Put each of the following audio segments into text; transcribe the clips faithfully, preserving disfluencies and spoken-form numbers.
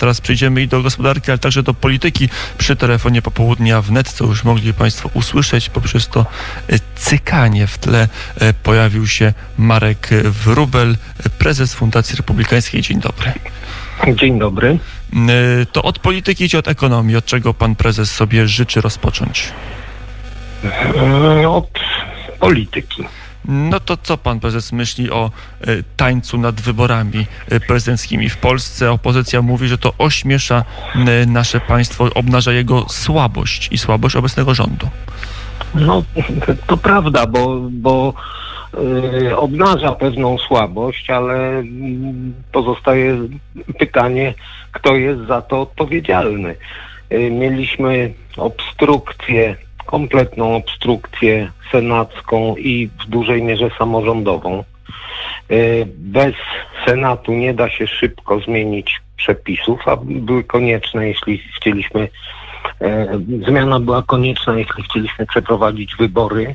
Teraz przejdziemy i do gospodarki, ale także do polityki. Przy telefonie popołudnia wnet, co już mogli Państwo usłyszeć, poprzez to cykanie w tle pojawił się Marek Wróbel, prezes Fundacji Republikańskiej. Dzień dobry. Dzień dobry. To od polityki czy od ekonomii? Od czego pan prezes sobie życzy rozpocząć? Od polityki. No to co pan prezes myśli o y, tańcu nad wyborami y, prezydenckimi w Polsce? Opozycja mówi, że to ośmiesza y, nasze państwo, obnaża jego słabość i słabość obecnego rządu. No to prawda, bo, bo y, obnaża pewną słabość, ale y, pozostaje pytanie, kto jest za to odpowiedzialny. Y, mieliśmy obstrukcję, kompletną obstrukcję senacką i w dużej mierze samorządową. Bez Senatu nie da się szybko zmienić przepisów, a były konieczne, jeśli chcieliśmy, zmiana była konieczna, jeśli chcieliśmy przeprowadzić wybory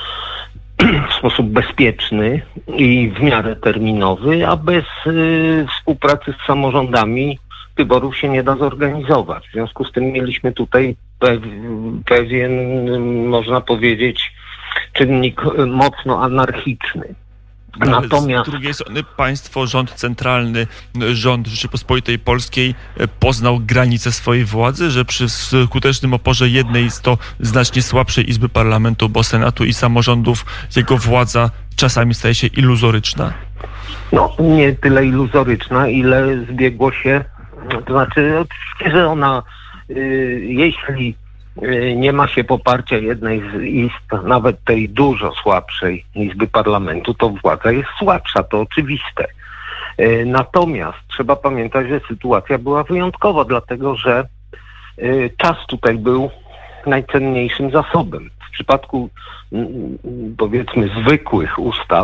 w sposób bezpieczny i w miarę terminowy, a bez współpracy z samorządami wyborów się nie da zorganizować. W związku z tym mieliśmy tutaj pewien, można powiedzieć, czynnik mocno anarchiczny. Natomiast z drugiej strony państwo, rząd centralny, rząd Rzeczypospolitej Polskiej poznał granice swojej władzy, że przy skutecznym oporze jednej z to znacznie słabszej Izby Parlamentu, bo Senatu i samorządów, jego władza czasami staje się iluzoryczna? No, nie tyle iluzoryczna, ile zbiegło się, to znaczy oczywiście, że ona, y, jeśli y, nie ma się poparcia jednej z izb, nawet tej dużo słabszej Izby Parlamentu, to władza jest słabsza, to oczywiste. Y, natomiast trzeba pamiętać, że sytuacja była wyjątkowa, dlatego że y, czas tutaj był najcenniejszym zasobem. W przypadku y, powiedzmy zwykłych ustaw,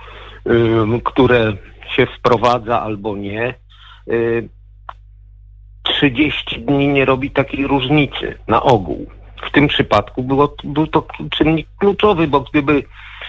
y, które się wprowadza albo nie, y, trzydzieści dni nie robi takiej różnicy na ogół. W tym przypadku było, był to czynnik kluczowy, bo gdyby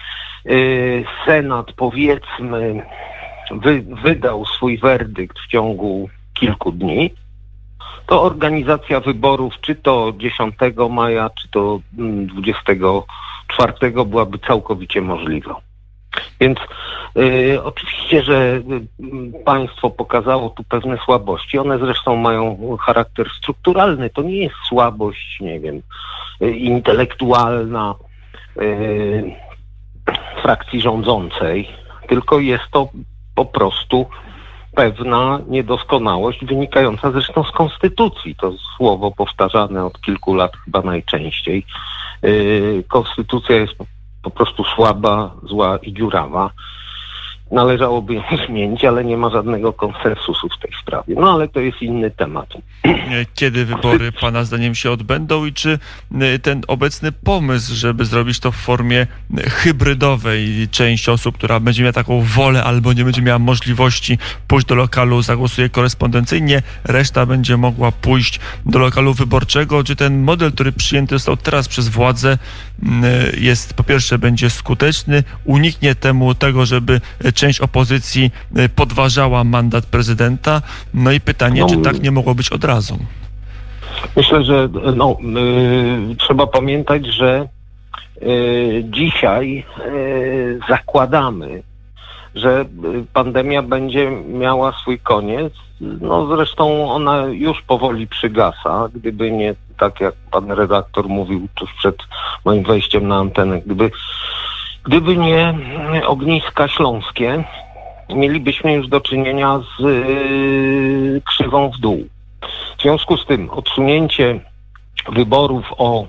y, Senat, powiedzmy, wy, wydał swój werdykt w ciągu kilku dni, to organizacja wyborów, czy to dziesiątego maja, czy to dwudziestego czwartego byłaby całkowicie możliwa. Więc y, oczywiście, że y, państwo pokazało tu pewne słabości. One zresztą mają charakter strukturalny. To nie jest słabość, nie wiem, y, intelektualna y, frakcji rządzącej, tylko jest to po prostu pewna niedoskonałość wynikająca zresztą z konstytucji. To słowo powtarzane od kilku lat chyba najczęściej. Y, konstytucja jest po prostu słaba, zła i dziurawa. Należałoby ją zmienić, ale nie ma żadnego konsensusu w tej sprawie. No ale to jest inny temat. Kiedy wybory pana zdaniem się odbędą i czy ten obecny pomysł, żeby zrobić to w formie hybrydowej, część osób, która będzie miała taką wolę albo nie będzie miała możliwości pójść do lokalu, zagłosuje korespondencyjnie, reszta będzie mogła pójść do lokalu wyborczego, czy ten model, który przyjęty został teraz przez władzę, jest, po pierwsze, będzie skuteczny, uniknie temu tego, żeby część opozycji podważała mandat prezydenta. No i pytanie, no, czy tak nie mogło być od razu? Myślę, że no, yy, trzeba pamiętać, że yy, dzisiaj yy, zakładamy, że pandemia będzie miała swój koniec. No zresztą ona już powoli przygasa, gdyby nie, tak jak pan redaktor mówił tuż przed moim wejściem na antenę, gdyby, gdyby nie ogniska śląskie, mielibyśmy już do czynienia z yy, krzywą w dół. W związku z tym odsunięcie wyborów o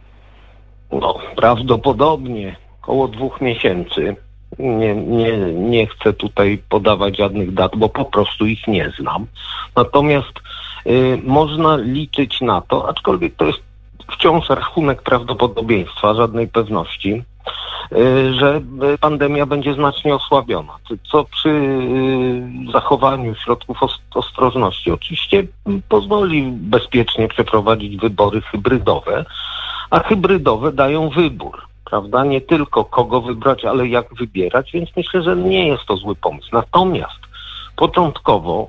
no, prawdopodobnie około dwóch miesięcy, nie, nie, nie chcę tutaj podawać żadnych dat, bo po prostu ich nie znam. Natomiast y, można liczyć na to, aczkolwiek to jest wciąż rachunek prawdopodobieństwa, żadnej pewności, y, że pandemia będzie znacznie osłabiona, co przy y, zachowaniu środków ostrożności oczywiście pozwoli bezpiecznie przeprowadzić wybory hybrydowe, a hybrydowe dają wybór. Prawda? Nie tylko kogo wybrać, ale jak wybierać, więc myślę, że nie jest to zły pomysł. Natomiast początkowo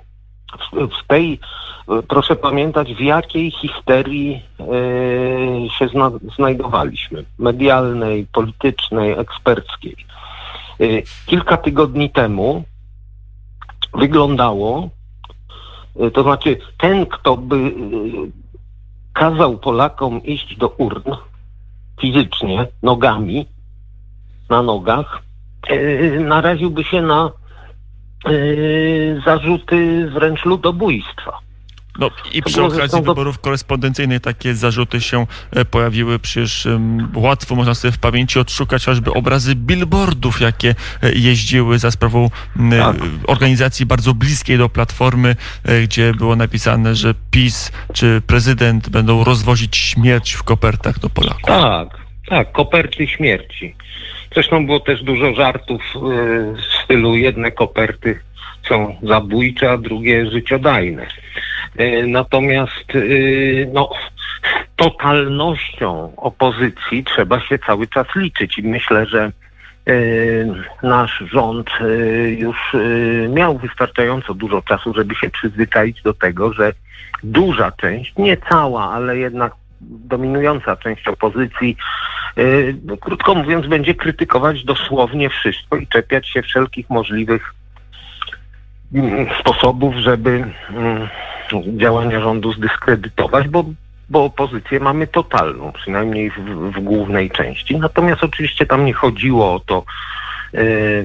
w, w tej, proszę pamiętać, w jakiej histerii e, się zna, znajdowaliśmy. Medialnej, politycznej, eksperckiej. E, kilka tygodni temu wyglądało, e, to znaczy ten, kto by e, kazał Polakom iść do urn fizycznie, nogami, na nogach, e, naraziłby się na Yy, zarzuty wręcz ludobójstwa. No i To przy było okazji zresztą do- wyborów korespondencyjnych takie zarzuty się e, pojawiły. Przecież em, łatwo można sobie w pamięci odszukać choćby obrazy billboardów, jakie e, jeździły za sprawą m, Tak. organizacji bardzo bliskiej do Platformy, e, gdzie było napisane, że PiS czy prezydent będą rozwozić śmierć w kopertach do Polaków. Tak, tak, koperty śmierci. Zresztą było też dużo żartów yy, w stylu jedne koperty są zabójcze, a drugie życiodajne. Yy, natomiast yy, no, z totalnością opozycji trzeba się cały czas liczyć i myślę, że yy, nasz rząd yy, już yy, miał wystarczająco dużo czasu, żeby się przyzwyczaić do tego, że duża część, nie cała, ale jednak dominująca część opozycji, yy, no, krótko mówiąc, będzie krytykować dosłownie wszystko i czepiać się wszelkich możliwych mm, sposobów, żeby mm, działania rządu zdyskredytować, bo, bo opozycję mamy totalną, przynajmniej w, w głównej części. Natomiast oczywiście tam nie chodziło o to, yy,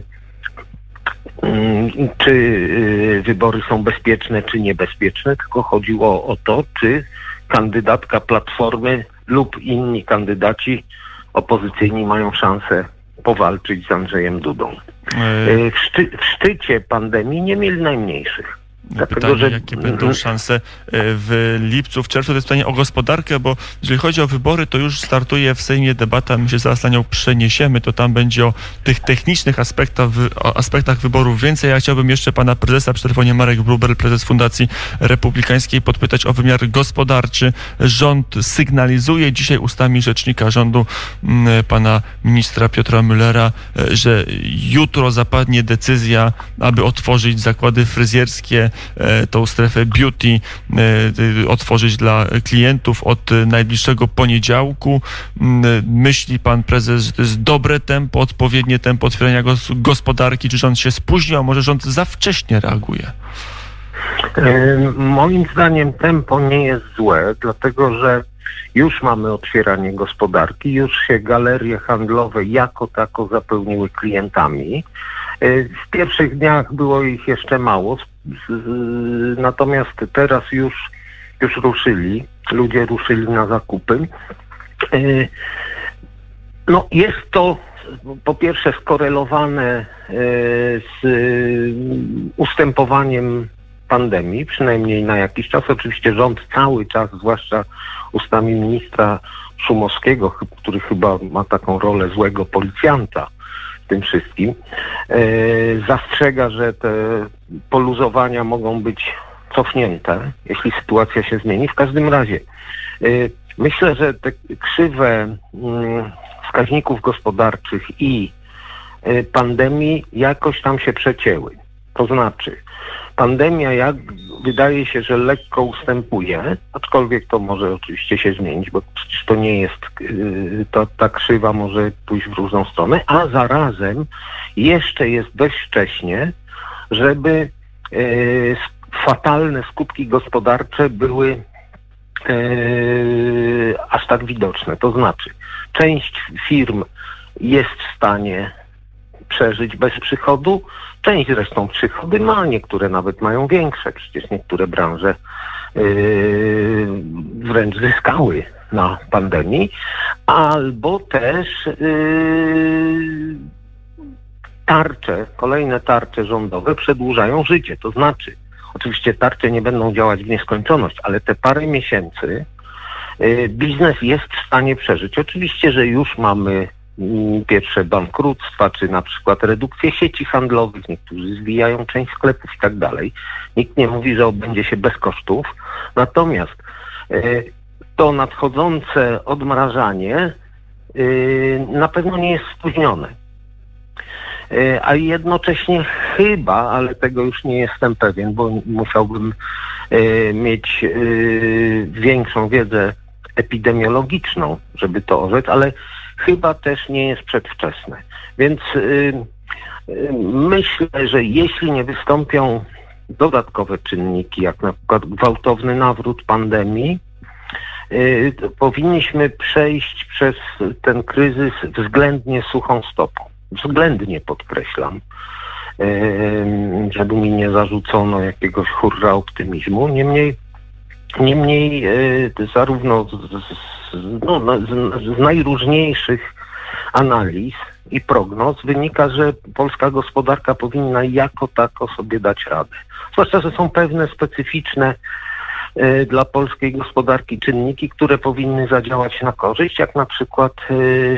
yy, czy yy, wybory są bezpieczne, czy niebezpieczne, tylko chodziło o to, czy kandydatka Platformy lub inni kandydaci opozycyjni mają szansę powalczyć z Andrzejem Dudą. E, W, szczy, w szczycie pandemii nie mieli najmniejszych. Dlatego, Pytanie, że- jakie będą szanse w lipcu, w czerwcu. To jest pytanie o gospodarkę, bo jeżeli chodzi o wybory, to już startuje w Sejmie debata, my się zaraz na nią przeniesiemy, to tam będzie o tych technicznych aspektach, o aspektach wyborów więcej. Ja chciałbym jeszcze pana prezesa przy telefonie, Marek Wróbel, prezes Fundacji Republikańskiej, podpytać o wymiar gospodarczy. Rząd sygnalizuje dzisiaj ustami rzecznika rządu, pana ministra Piotra Müllera, że jutro zapadnie decyzja, aby otworzyć zakłady fryzjerskie, tą strefę beauty otworzyć dla klientów od najbliższego poniedziałku. Myśli pan prezes, że to jest dobre tempo, odpowiednie tempo otwierania gospodarki? Czy rząd się spóźnił, a może rząd za wcześnie reaguje? Moim zdaniem tempo nie jest złe, dlatego że już mamy otwieranie gospodarki, już się galerie handlowe jako tako zapełniły klientami. W pierwszych dniach było ich jeszcze mało, natomiast teraz już, już ruszyli, ludzie ruszyli na zakupy. No jest to po pierwsze skorelowane z ustępowaniem pandemii, przynajmniej na jakiś czas. Oczywiście rząd cały czas, zwłaszcza ustami ministra Szumowskiego, który chyba ma taką rolę złego policjanta w tym wszystkim, zastrzega, że te poluzowania mogą być cofnięte, jeśli sytuacja się zmieni. W każdym razie myślę, że te krzywe wskaźników gospodarczych i pandemii jakoś tam się przecięły. To znaczy, pandemia, jak wydaje się, że lekko ustępuje, aczkolwiek to może oczywiście się zmienić, bo przecież to nie jest, to, ta krzywa może pójść w różną stronę, a zarazem jeszcze jest dość wcześnie, żeby e, fatalne skutki gospodarcze były e, aż tak widoczne. To znaczy, część firm jest w stanie przeżyć bez przychodu, część zresztą przychody ma, niektóre nawet mają większe, przecież niektóre branże yy, wręcz zyskały na pandemii, albo też yy, tarcze, kolejne tarcze rządowe przedłużają życie, to znaczy, oczywiście tarcze nie będą działać w nieskończoność, ale te parę miesięcy yy, biznes jest w stanie przeżyć. Oczywiście, że już mamy pierwsze bankructwa, czy na przykład redukcję sieci handlowych, niektórzy zwijają część sklepów i tak dalej. Nikt nie mówi, że obędzie się bez kosztów. Natomiast y, to nadchodzące odmrażanie y, na pewno nie jest spóźnione. a jednocześnie chyba, ale tego już nie jestem pewien, bo musiałbym mieć większą wiedzę epidemiologiczną, żeby to orzec, ale chyba też nie jest przedwczesne. Więc myślę, że jeśli nie wystąpią dodatkowe czynniki, jak na przykład gwałtowny nawrót pandemii, to powinniśmy przejść przez ten kryzys względnie suchą stopą. Względnie podkreślam, żeby mi nie zarzucono jakiegoś hurra optymizmu. Niemniej, niemniej zarówno z, z, no, z, z najróżniejszych analiz i prognoz wynika, że polska gospodarka powinna jako tako sobie dać radę. Zwłaszcza, że są pewne specyficzne y, dla polskiej gospodarki czynniki, które powinny zadziałać na korzyść, jak na przykład y,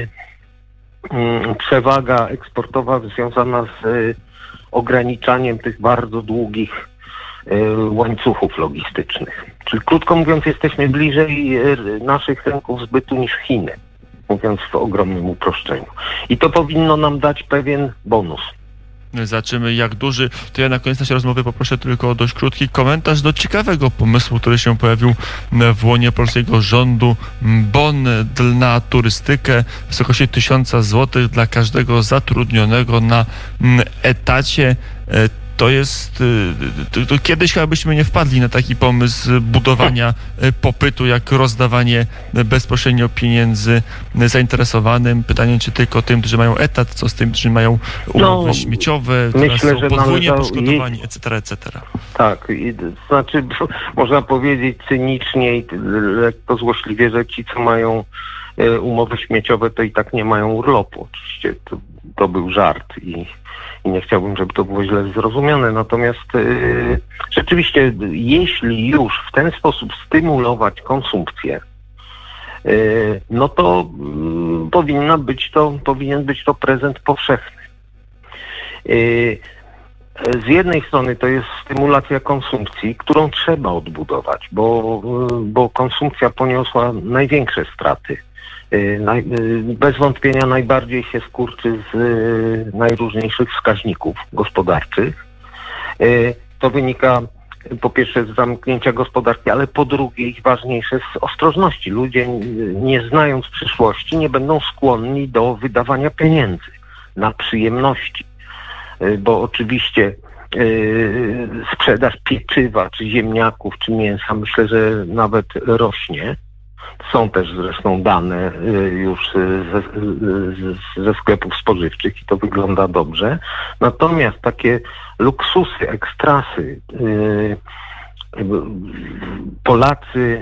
y, przewaga eksportowa związana z y, ograniczaniem tych bardzo długich y, łańcuchów logistycznych. Czyli krótko mówiąc, jesteśmy bliżej y, naszych rynków zbytu niż Chiny, mówiąc w ogromnym uproszczeniu. I to powinno nam dać pewien bonus. Zobaczymy, jak duży. To ja na koniec naszej rozmowy poproszę tylko o dość krótki komentarz do ciekawego pomysłu, który się pojawił w łonie polskiego rządu. Bon na turystykę w wysokości tysiąca złotych dla każdego zatrudnionego na etacie. To jest, to, to kiedyś chyba byśmy nie wpadli na taki pomysł budowania popytu, jak rozdawanie bezpośrednio pieniędzy zainteresowanym. Pytanie, czy tylko tym, którzy mają etat, co z tym, którzy mają umowy no, śmieciowe, myślę, są że podwójnie poszkodowani, et cetera, et cetera. Tak, i, to znaczy można powiedzieć cynicznie i lekko złośliwie, że ci, co mają e, umowy śmieciowe, to i tak nie mają urlopu. Oczywiście to, to był żart i I nie chciałbym, żeby to było źle zrozumiane. Natomiast yy, rzeczywiście, jeśli już w ten sposób stymulować konsumpcję, yy, no to yy, powinna być to, powinien być to prezent powszechny. Yy, z jednej strony to jest stymulacja konsumpcji, którą trzeba odbudować, bo, yy, bo konsumpcja poniosła największe straty. Bez wątpienia najbardziej się skurczy z najróżniejszych wskaźników gospodarczych. To wynika po pierwsze z zamknięcia gospodarki, ale po drugie i ważniejsze z ostrożności. Ludzie, nie znając przyszłości, nie będą skłonni do wydawania pieniędzy na przyjemności, bo oczywiście sprzedaż pieczywa, czy ziemniaków, czy mięsa, myślę, że nawet rośnie. Są też zresztą dane już ze, ze sklepów spożywczych i to wygląda dobrze. Natomiast takie luksusy, ekstrasy, Polacy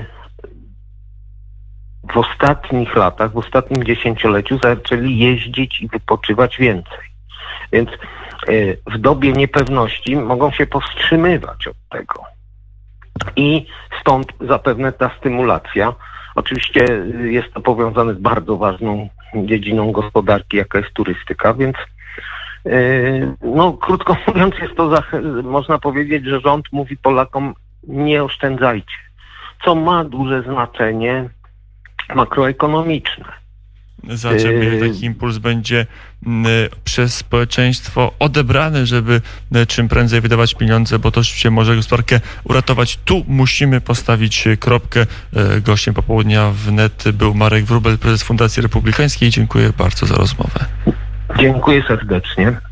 w ostatnich latach, w ostatnim dziesięcioleciu zaczęli jeździć i wypoczywać więcej. Więc w dobie niepewności mogą się powstrzymywać od tego. I stąd zapewne ta stymulacja. Oczywiście jest to powiązane z bardzo ważną dziedziną gospodarki, jaka jest turystyka, więc yy, no krótko mówiąc jest to, zach- można powiedzieć, że rząd mówi Polakom nie oszczędzajcie, co ma duże znaczenie makroekonomiczne. Zobaczymy, jak taki impuls będzie przez społeczeństwo odebrany, żeby czym prędzej wydawać pieniądze, bo to się może gospodarkę uratować. Tu musimy postawić kropkę. Gościem popołudnia wnet był Marek Wróbel, prezes Fundacji Republikańskiej. Dziękuję bardzo za rozmowę. Dziękuję serdecznie.